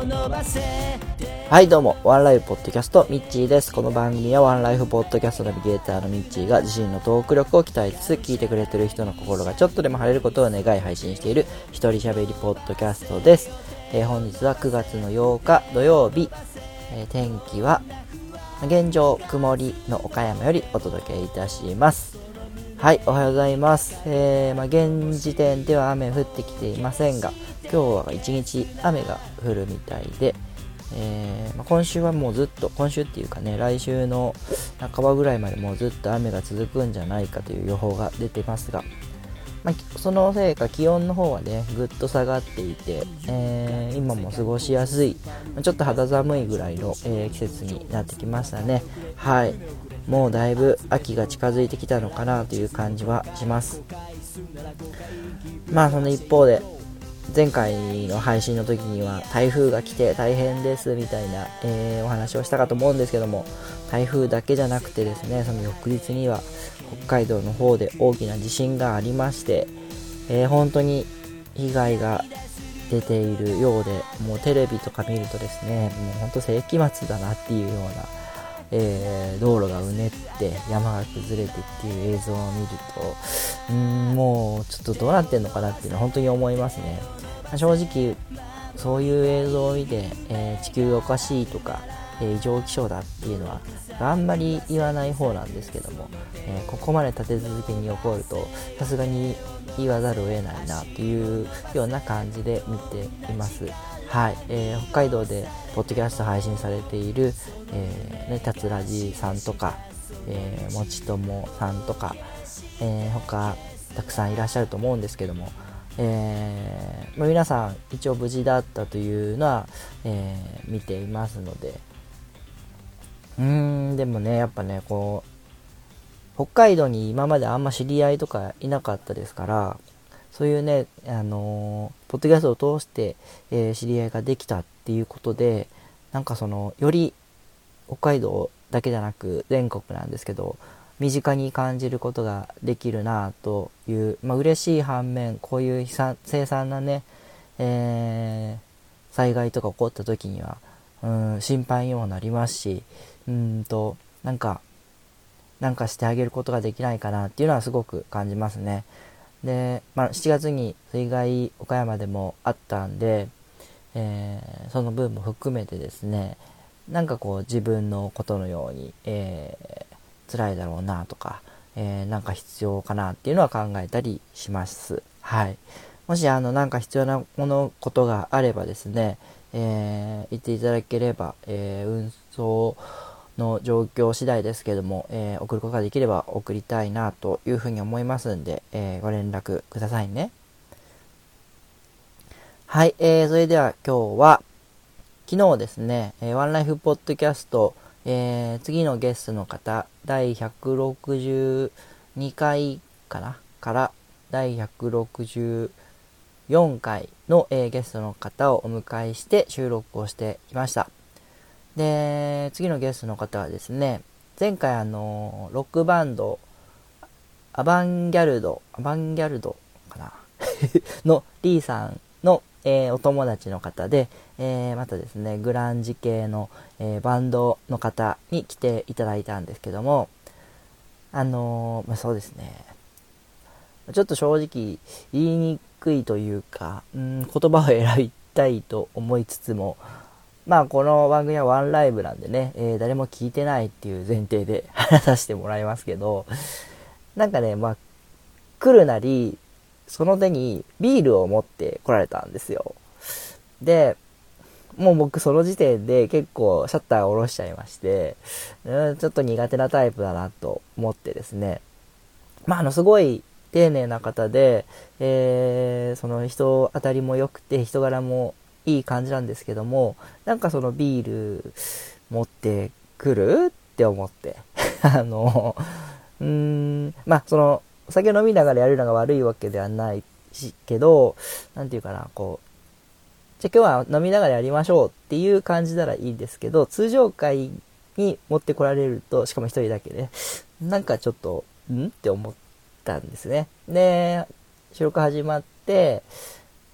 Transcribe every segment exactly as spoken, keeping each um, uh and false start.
はいどうも、ワンライフポッドキャストミッチーです。この番組はワンライフポッドキャストナビゲーターのミッチーが自身のトーク力を鍛えつつ、聞いてくれてる人の心がちょっとでも晴れることを願い配信している一人喋りポッドキャストです。えー、本日はくがつのようか土曜日、えー、天気は現状曇りの岡山よりお届けいたします。はい、おはようございます。えーまあ、現時点では雨降ってきていませんが、今日は一日雨が降るみたいで、えーまあ、今週はもうずっと今週っていうかね、来週の半ばぐらいまでもうずっと雨が続くんじゃないかという予報が出てますが、まあ、そのせいか気温の方はねぐっと下がっていて、えー、今も過ごしやすい、ちょっと肌寒いぐらいの、えー、季節になってきましたね。はい、もうだいぶ秋が近づいてきたのかなという感じはします。まあその一方で前回の配信の時には台風が来て大変ですみたいな、えー、お話をしたかと思うんですけども、台風だけじゃなくてですね、その翌日には北海道の方で大きな地震がありまして、えー、本当に被害が出ているようで、もうテレビとか見るとですね、もう本当世紀末だなっていうような、えー、道路がうねって山が崩れてっていう映像を見ると、うーんもうちょっとどうなってんのかなっていうのは本当に思いますね。正直そういう映像を見て、えー、地球がおかしいとか、えー、異常気象だっていうのはあんまり言わない方なんですけども、えー、ここまで立て続けに起こるとさすがに言わざるを得ないなというような感じで見ています。はい、えー、北海道でポッドキャスト配信されている、えーね、たつらじさんとか、えー、もちともさんとか、えー、他たくさんいらっしゃると思うんですけども、えーまあ、皆さん一応無事だったというのは、えー、見ていますので、うーんでもねやっぱねこう北海道に今まであんま知り合いとかいなかったですから、そういうねあのー、ポッドキャストを通して、えー、知り合いができたっていうことで、なんかそのより北海道だけじゃなく全国なんですけど身近に感じることができるなという、まあ、嬉しい反面、こういう悲惨凄惨なね、えー、災害とか起こった時にはうん心配にもなりますし、うんとなんかなんかしてあげることができないかなっていうのはすごく感じますね。で、まあ、しちがつに水害岡山でもあったんで、えー、その分も含めてですね、なんかこう自分のことのように、えー、辛いだろうなとか、えー、なんか必要かなっていうのは考えたりします。はい。もしあのなんか必要なものことがあればですね、えー、言っていただければ、えー、運送の状況次第ですけども、えー、送ることができれば送りたいなというふうに思いますんで、えー、ご連絡くださいね。はい、えー、それでは今日は昨日ですね、えー、ワンライフポッドキャスト、えー、次のゲストの方だいひゃくろくじゅうにかいかなからだいひゃくろくじゅうよんかいの、えー、ゲストの方をお迎えして収録をしてきました。で、次のゲストの方はですね、前回あのロックバンドアバンギャルドアバンギャルドかなのリーさんの、えー、お友達の方で、えー、またですねグランジ系の、えー、バンドの方に来ていただいたんですけども、あのーまあ、そうですね、ちょっと正直言いにくいというか、うん、言葉を選びたいと思いつつも、まあこの番組はワンライブなんでね、えー、誰も聞いてないっていう前提で話させてもらいますけど、なんかね、まあ来るなりその手にビールを持って来られたんですよ。で、もう僕その時点で結構シャッターを下ろしちゃいまして、うん、ちょっと苦手なタイプだなと思ってですね、まああのすごい丁寧な方で、えー、その人当たりも良くて人柄もいい感じなんですけども、なんかそのビール持ってくるって思ってあのうーんまあそのお酒飲みながらやるのが悪いわけではないしけど、なんていうかな、こうじゃあ今日は飲みながらやりましょうっていう感じならいいんですけど、通常会に持ってこられると、しかも一人だけで、なんかちょっとんって思ったんですね。で収録始まって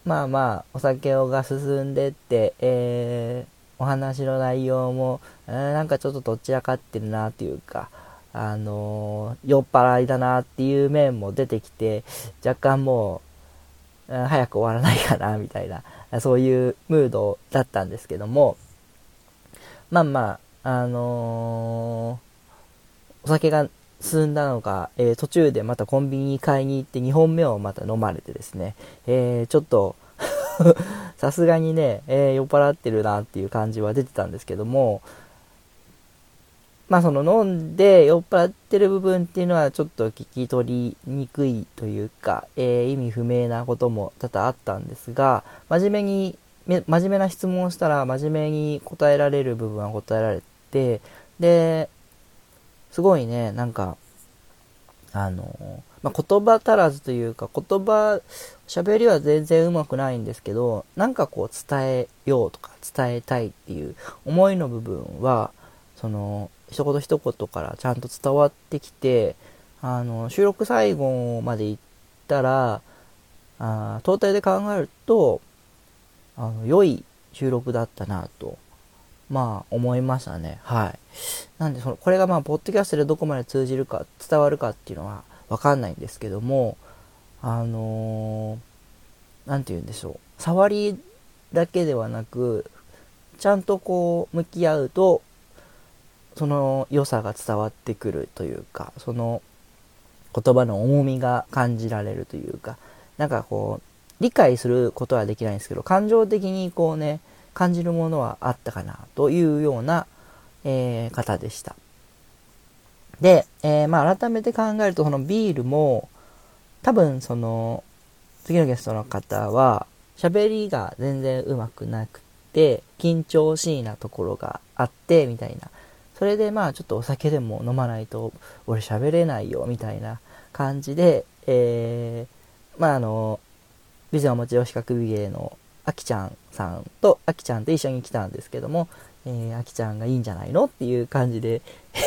まあまあお酒が進んでって、えーお話の内容も、えーなんかちょっとどちらかってるなっていうか、あのー酔っ払いだなっていう面も出てきて、若干もう、うん早く終わらないかなみたいな、そういうムードだったんですけども、まあまあ、あのーお酒が進んだのが、えー途中でまたコンビニに買いに行ってにほんめをまた飲まれてですね、えーちょっとさすがにね、えー酔っ払ってるなっていう感じは出てたんですけども、まあその飲んで酔っ払ってる部分っていうのはちょっと聞き取りにくいというか、えー意味不明なことも多々あったんですが、真面目に、め真面目な質問をしたら真面目に答えられる部分は答えられて、で、すごいね、なんか、あの、まあ、言葉足らずというか、言葉、喋りは全然うまくないんですけど、なんかこう伝えようとか伝えたいっていう思いの部分は、その、一言一言からちゃんと伝わってきて、あの、収録最後まで行ったら、あトータルで考えると、あの、良い収録だったなと、まあ思いましたね。はい。なんでそのこれがまあポッドキャストでどこまで通じるか伝わるかっていうのはわかんないんですけども、あのー、なんて言うんでしょう、触りだけではなくちゃんとこう向き合うとその良さが伝わってくるというか、その言葉の重みが感じられるというか、なんかこう理解することはできないんですけど、感情的にこうね感じるものはあったかなというような、えー方でした。で、えーまあ改めて考えると、このビールも多分その次のゲストの方は喋りが全然うまくなくて緊張しいなところがあってみたいな、それでまあちょっとお酒でも飲まないと俺喋れないよみたいな感じで、えー、まああの美女を持ちよし角美芸のあきちゃんさんとあきちゃんと一緒に来たんですけども、えー、あきちゃんがいいんじゃないのっていう感じで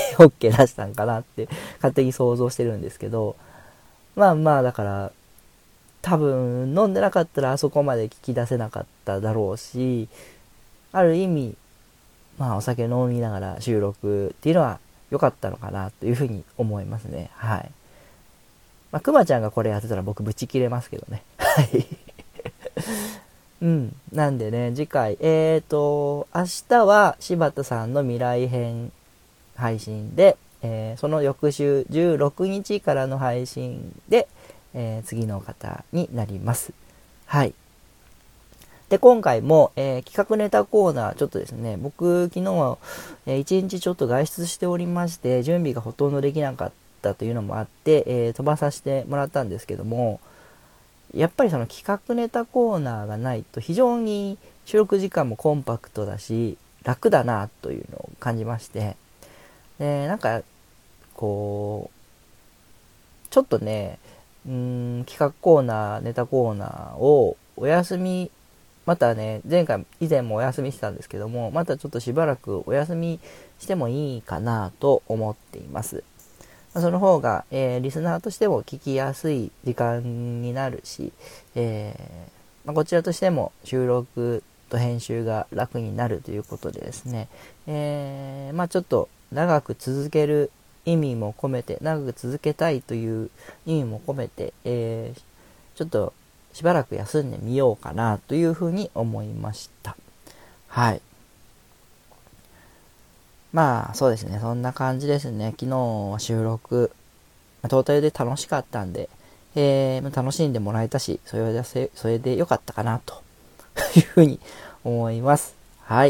OK 出したんかなって勝手に想像してるんですけど、まあまあだから多分飲んでなかったらあそこまで聞き出せなかっただろうし、ある意味まあお酒飲みながら収録っていうのは良かったのかなというふうに思いますね。はい。まあくまちゃんがこれやってたら僕ブチ切れますけどね。はい。うん。なんでね、次回、えーと、明日は柴田さんの未来編配信で、えーその翌週じゅうろくにちからの配信で、えー次の方になります。はい。で、今回も、えー企画ネタコーナー、ちょっとですね、僕、昨日は、えー、一日ちょっと外出しておりまして、準備がほとんどできなかったというのもあって、えー飛ばさせてもらったんですけども、やっぱりその企画ネタコーナーがないと非常に収録時間もコンパクトだし楽だなというのを感じまして、でなんかこうちょっとね、うーん企画コーナーネタコーナーをお休み、またね前回以前もお休みしてたんですけども、またちょっとしばらくお休みしてもいいかなと思っています。その方が、えー、リスナーとしても聞きやすい時間になるし、えーまあ、こちらとしても収録と編集が楽になるということでですね、えーまあ、ちょっと長く続ける意味も込めて、長く続けたいという意味も込めて、えー、ちょっとしばらく休んでみようかなというふうに思いました。はい。まあそうですね、そんな感じですね。昨日は収録トータルで楽しかったんで、えー、楽しんでもらえたし、それでそれで良かったかなというふうに思います。はい。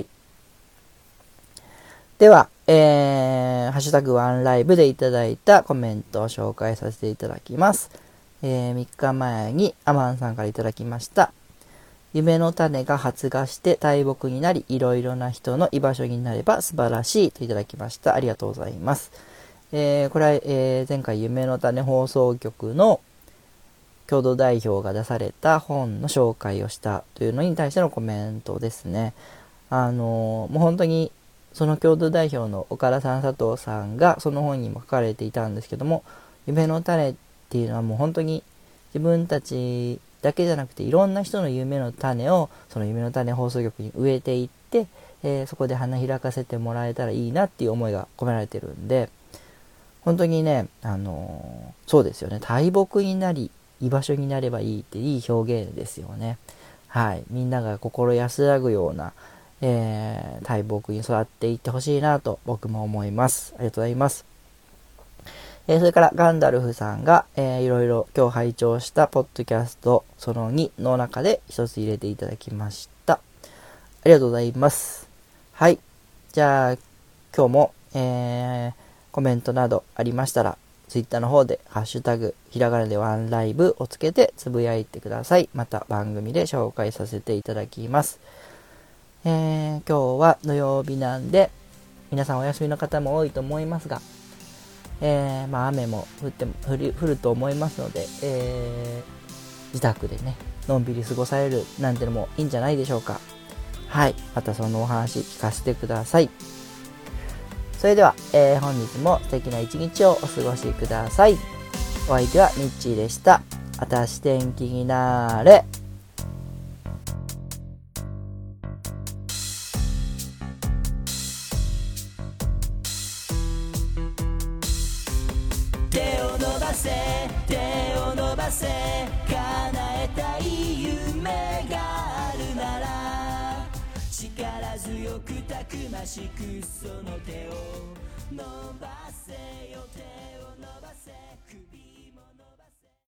では、えー、ハッシュタグワンライブでいただいたコメントを紹介させていただきます。えー、みっかまえにアマンさんからいただきました。夢の種が発芽して大木になり、いろいろな人の居場所になれば素晴らしいといただきました。ありがとうございます。えー、これは、えー、前回夢の種放送局の共同代表が出された本の紹介をしたというのに対してのコメントですね。あのー、もう本当にその共同代表の岡田さん、佐藤さんがその本にも書かれていたんですけども、夢の種っていうのはもう本当に自分たちだけじゃなくていろんな人の夢の種をその夢の種放送局に植えていって、えー、そこで花開かせてもらえたらいいなっていう思いが込められてるんで、本当にね、あのー、そうですよね、大木になり居場所になればいいっていい表現ですよね。はい、みんなが心安らぐような、えー、大木に育っていってほしいなと僕も思います。ありがとうございます。えー、それからガンダルフさんが、えー、いろいろ今日拝聴したポッドキャストそのにの中で一つ入れていただきました。ありがとうございます。はい、じゃあ今日も、えー、コメントなどありましたらツイッターの方でハッシュタグひらがなでワンライブをつけてつぶやいてください。また番組で紹介させていただきます。えー、今日は土曜日なんで皆さんお休みの方も多いと思いますが、えー、まあ雨も降って降る、降ると思いますので、えー、自宅でねのんびり過ごされるなんてのもいいんじゃないでしょうか。はい、またそのお話聞かせてください。それでは、えー、本日も素敵な一日をお過ごしください。お相手はミッチーでした。あたし天気になーれ。手を伸ばせ手を伸ばせ叶えたい夢があるなら力強くたくましくその手を伸ばせよ手を伸ばせ首